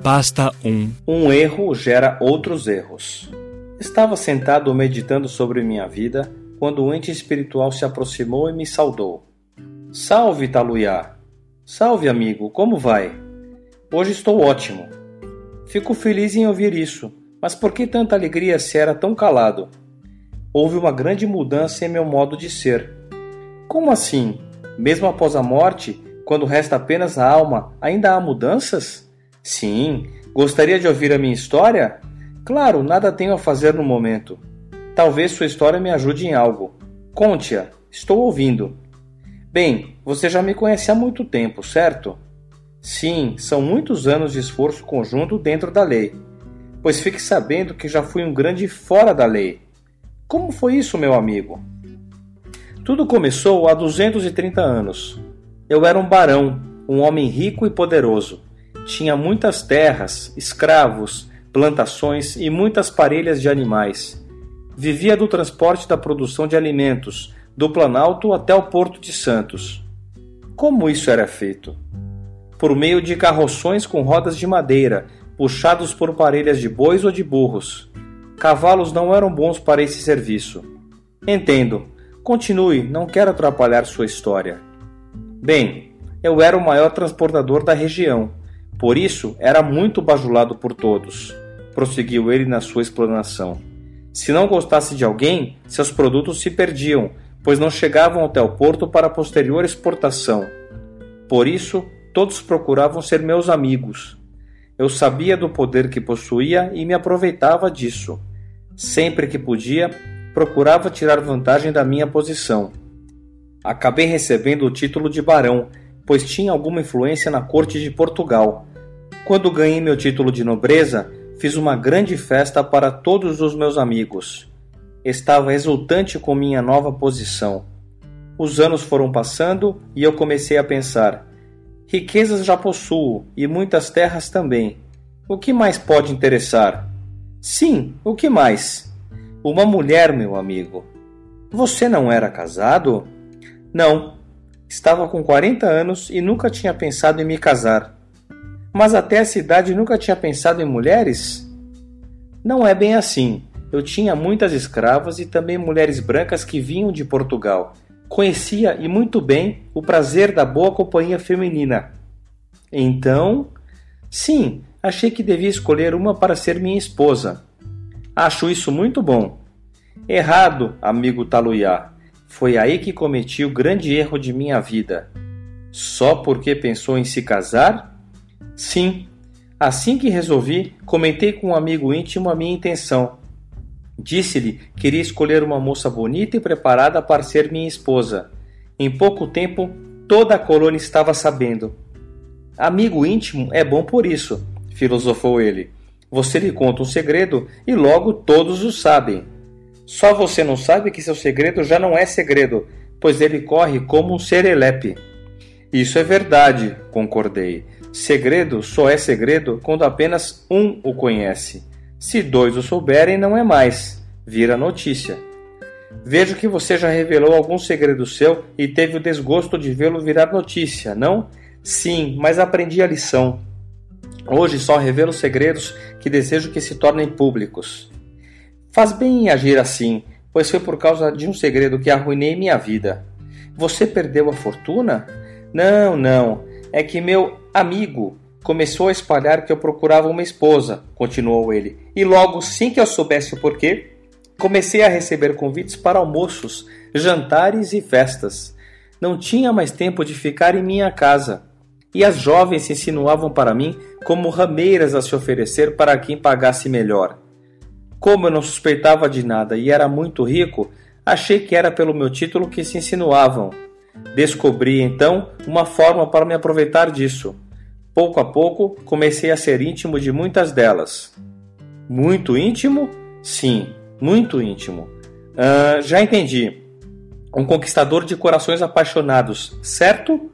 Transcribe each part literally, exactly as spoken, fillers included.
Pasta um. Um erro gera outros erros. Estava sentado meditando sobre minha vida quando um ente espiritual se aproximou e me saudou. Salve, Taluiá! Salve, amigo, como vai? Hoje estou ótimo. Fico feliz em ouvir isso, mas por que tanta alegria se era tão calado? Houve uma grande mudança em meu modo de ser. Como assim? Mesmo após a morte, quando resta apenas a alma, ainda há mudanças? Sim, gostaria de ouvir a minha história? Claro, nada tenho a fazer no momento. Talvez sua história me ajude em algo. Conte-a, estou ouvindo. Bem, você já me conhece há muito tempo, certo? Sim, são muitos anos de esforço conjunto dentro da lei. Pois fique sabendo que já fui um grande fora da lei. Como foi isso, meu amigo? Tudo começou há duzentos e trinta anos. Eu era um barão, um homem rico e poderoso. Tinha muitas terras, escravos, plantações e muitas parelhas de animais. Vivia do transporte da produção de alimentos, do Planalto até o Porto de Santos. Como isso era feito? Por meio de carroções com rodas de madeira, puxados por parelhas de bois ou de burros. Cavalos não eram bons para esse serviço. Entendo. Continue, não quero atrapalhar sua história. Bem, eu era o maior transportador da região. Por isso, era muito bajulado por todos, prosseguiu ele na sua explanação. Se não gostasse de alguém, seus produtos se perdiam, pois não chegavam até o porto para posterior exportação. Por isso, todos procuravam ser meus amigos. Eu sabia do poder que possuía e me aproveitava disso. Sempre que podia, procurava tirar vantagem da minha posição. Acabei recebendo o título de barão, pois tinha alguma influência na corte de Portugal. Quando ganhei meu título de nobreza, fiz uma grande festa para todos os meus amigos. Estava exultante com minha nova posição. Os anos foram passando e eu comecei a pensar: riquezas já possuo e muitas terras também. O que mais pode interessar? Sim, o que mais? Uma mulher, meu amigo. Você não era casado? Não. Estava com quarenta anos e nunca tinha pensado em me casar. Mas até essa idade nunca tinha pensado em mulheres? Não é bem assim. Eu tinha muitas escravas e também mulheres brancas que vinham de Portugal. Conhecia e muito bem o prazer da boa companhia feminina. Então, sim, achei que devia escolher uma para ser minha esposa. Acho isso muito bom. Errado, amigo Taluiá. Foi aí que cometi o grande erro de minha vida. Só porque pensou em se casar? Sim. Assim que resolvi, comentei com um amigo íntimo a minha intenção. Disse-lhe que queria escolher uma moça bonita e preparada para ser minha esposa. Em pouco tempo, toda a colônia estava sabendo. Amigo íntimo é bom por isso, filosofou ele. Você lhe conta um segredo e logo todos o sabem. Só você não sabe que seu segredo já não é segredo, pois ele corre como um serelepe. Isso é verdade, concordei. Segredo só é segredo quando apenas um o conhece. Se dois o souberem, não é mais. Vira notícia. Vejo que você já revelou algum segredo seu e teve o desgosto de vê-lo virar notícia, não? Sim, mas aprendi a lição. Hoje só revelo segredos que desejo que se tornem públicos. Faz bem em agir assim, pois foi por causa de um segredo que arruinei minha vida. Você perdeu a fortuna? Não, não. É que meu amigo começou a espalhar que eu procurava uma esposa, continuou ele. E logo, sem que eu soubesse o porquê, comecei a receber convites para almoços, jantares e festas. Não tinha mais tempo de ficar em minha casa. E as jovens se insinuavam para mim como rameiras a se oferecer para quem pagasse melhor. Como eu não suspeitava de nada e era muito rico, achei que era pelo meu título que se insinuavam. Descobri, então, uma forma para me aproveitar disso. Pouco a pouco, comecei a ser íntimo de muitas delas. Muito íntimo? Sim, muito íntimo. Ah, já entendi. Um conquistador de corações apaixonados, certo?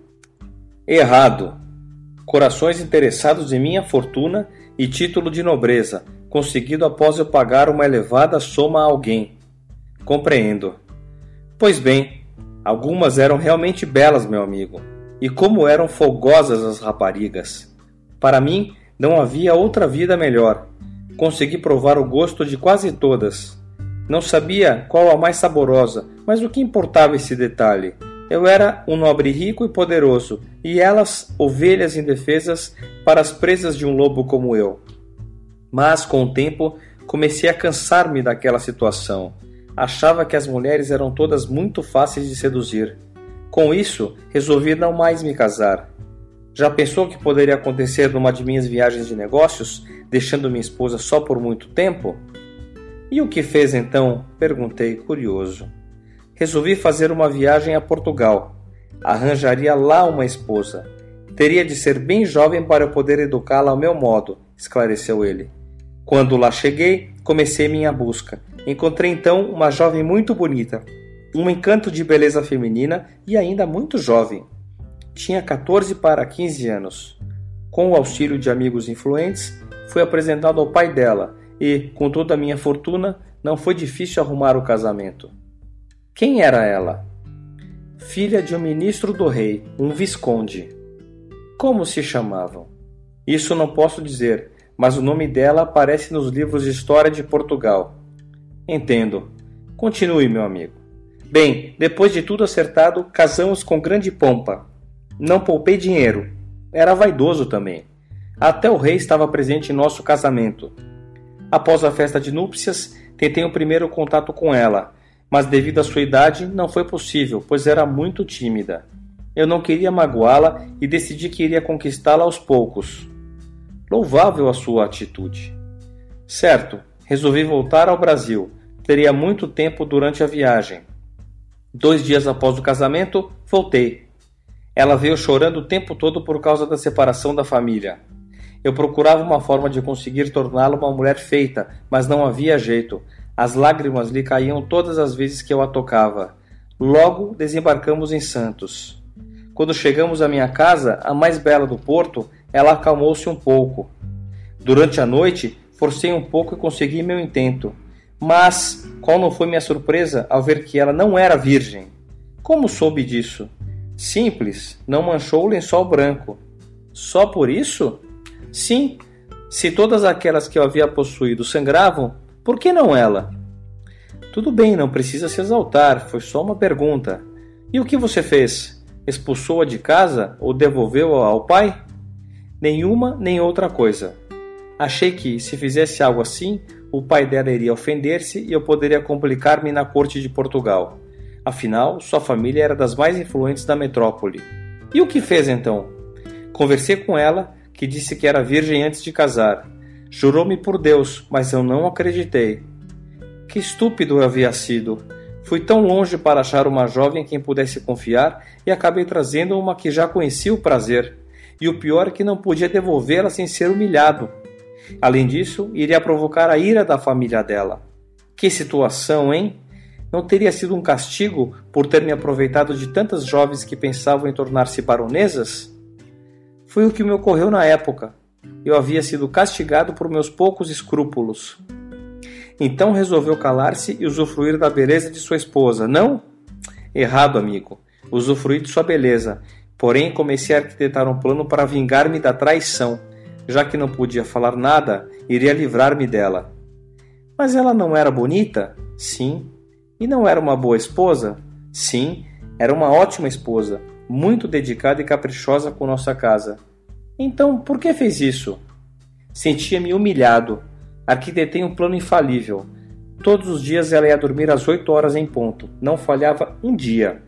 Errado. Corações interessados em minha fortuna e título de nobreza, conseguido após eu pagar uma elevada soma a alguém. Compreendo. Pois bem, algumas eram realmente belas, meu amigo. E como eram fogosas as raparigas. Para mim, Não havia outra vida melhor. Consegui provar o gosto de quase todas. Não sabia qual a mais saborosa, mas o que importava esse detalhe? Eu era um nobre rico e poderoso, e elas, ovelhas indefesas para as presas de um lobo como eu. Mas, com o tempo, comecei a cansar-me daquela situação. Achava que as mulheres eram todas muito fáceis de seduzir. Com isso, resolvi não mais me casar. Já pensou o que poderia acontecer numa de minhas viagens de negócios, deixando minha esposa só por muito tempo? E o que fez então? Perguntei, curioso. Resolvi fazer uma viagem a Portugal. Arranjaria lá uma esposa. Teria de ser bem jovem para eu poder educá-la ao meu modo, esclareceu ele. Quando lá cheguei, comecei minha busca. Encontrei então uma jovem muito bonita, um encanto de beleza feminina e ainda muito jovem. Tinha quatorze para quinze anos. Com o auxílio de amigos influentes, fui apresentado ao pai dela e, com toda a minha fortuna, não foi difícil arrumar o casamento. Quem era ela? Filha de um ministro do rei, um visconde. Como se chamavam? Isso não posso dizer, mas o nome dela aparece nos livros de história de Portugal. Entendo. Continue, meu amigo. Bem, depois de tudo acertado, casamos com grande pompa. Não poupei dinheiro. Era vaidoso também. Até o rei estava presente em nosso casamento. Após a festa de núpcias, tentei o primeiro contato com ela, mas devido à sua idade não foi possível, pois era muito tímida. Eu não queria magoá-la e decidi que iria conquistá-la aos poucos. Louvável a sua atitude. Certo, resolvi voltar ao Brasil. Teria muito tempo durante a viagem. Dois dias após o casamento, voltei. Ela veio chorando o tempo todo por causa da separação da família. Eu procurava uma forma de conseguir torná-la uma mulher feita, mas não havia jeito. As lágrimas lhe caíam todas as vezes que eu a tocava. Logo desembarcamos em Santos. Quando chegamos à minha casa, a mais bela do porto, ela acalmou-se um pouco. Durante a noite, forcei um pouco e consegui meu intento. Mas, qual não foi minha surpresa ao ver que ela não era virgem? Como soube disso? Simples, não manchou o lençol branco. Só por isso? Sim, se todas aquelas que eu havia possuído sangravam, por que não ela? Tudo bem, não precisa se exaltar, foi só uma pergunta. E o que você fez? Expulsou-a de casa ou devolveu-a ao pai? Nenhuma nem outra coisa. Achei que, se fizesse algo assim, o pai dela iria ofender-se e eu poderia complicar-me na corte de Portugal. Afinal, sua família era das mais influentes da metrópole. E o que fez então? Conversei com ela, que disse que era virgem antes de casar. Jurou-me por Deus, mas eu não acreditei. Que estúpido eu havia sido. Fui tão longe para achar uma jovem em quem pudesse confiar e acabei trazendo uma que já conhecia o prazer. E o pior é que não podia devolvê-la sem ser humilhado. Além disso, iria provocar a ira da família dela. Que situação, hein? Não teria sido um castigo por ter me aproveitado de tantas jovens que pensavam em tornar-se baronesas? Foi o que me ocorreu na época. Eu havia sido castigado por meus poucos escrúpulos. Então resolveu calar-se e usufruir da beleza de sua esposa, não? Errado, amigo. Usufruí de sua beleza. Porém, comecei a arquitetar um plano para vingar-me da traição. Já que não podia falar nada, iria livrar-me dela. Mas ela não era bonita? Sim. E não era uma boa esposa? Sim, era uma ótima esposa, muito dedicada e caprichosa com nossa casa. Então, por que fez isso? Sentia-me humilhado. Arquitetei um plano infalível. Todos os dias ela ia dormir às oito horas em ponto. Não falhava um dia.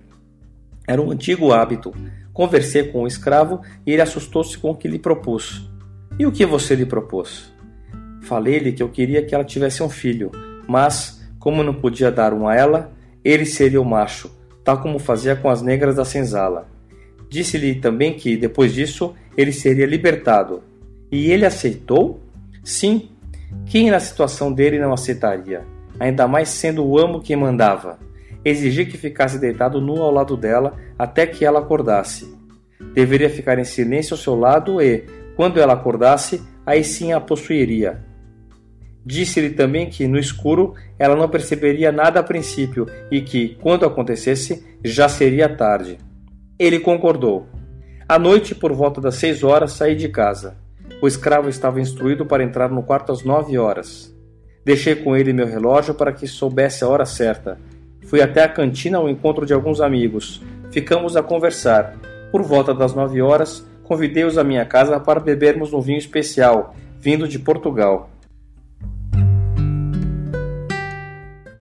Era um antigo hábito. Conversei com o escravo e ele assustou-se com o que lhe propus. E o que você lhe propôs? Falei-lhe que eu queria que ela tivesse um filho, mas, como não podia dar um a ela, ele seria o macho, tal como fazia com as negras da senzala. Disse-lhe também que, depois disso, ele seria libertado. E ele aceitou? Sim. Quem na situação dele não aceitaria? Ainda mais sendo o amo quem mandava. Exigi que ficasse deitado nu ao lado dela até que ela acordasse. Deveria ficar em silêncio ao seu lado e, quando ela acordasse, aí sim a possuiria. Disse-lhe também que, no escuro, ela não perceberia nada a princípio e que, quando acontecesse, já seria tarde. Ele concordou. À noite, por volta das seis horas, saí de casa. O escravo estava instruído para entrar no quarto às nove horas. Deixei com ele meu relógio para que soubesse a hora certa. Fui até a cantina ao encontro de alguns amigos. Ficamos a conversar. Por volta das nove horas, convidei-os à minha casa para bebermos um vinho especial, vindo de Portugal.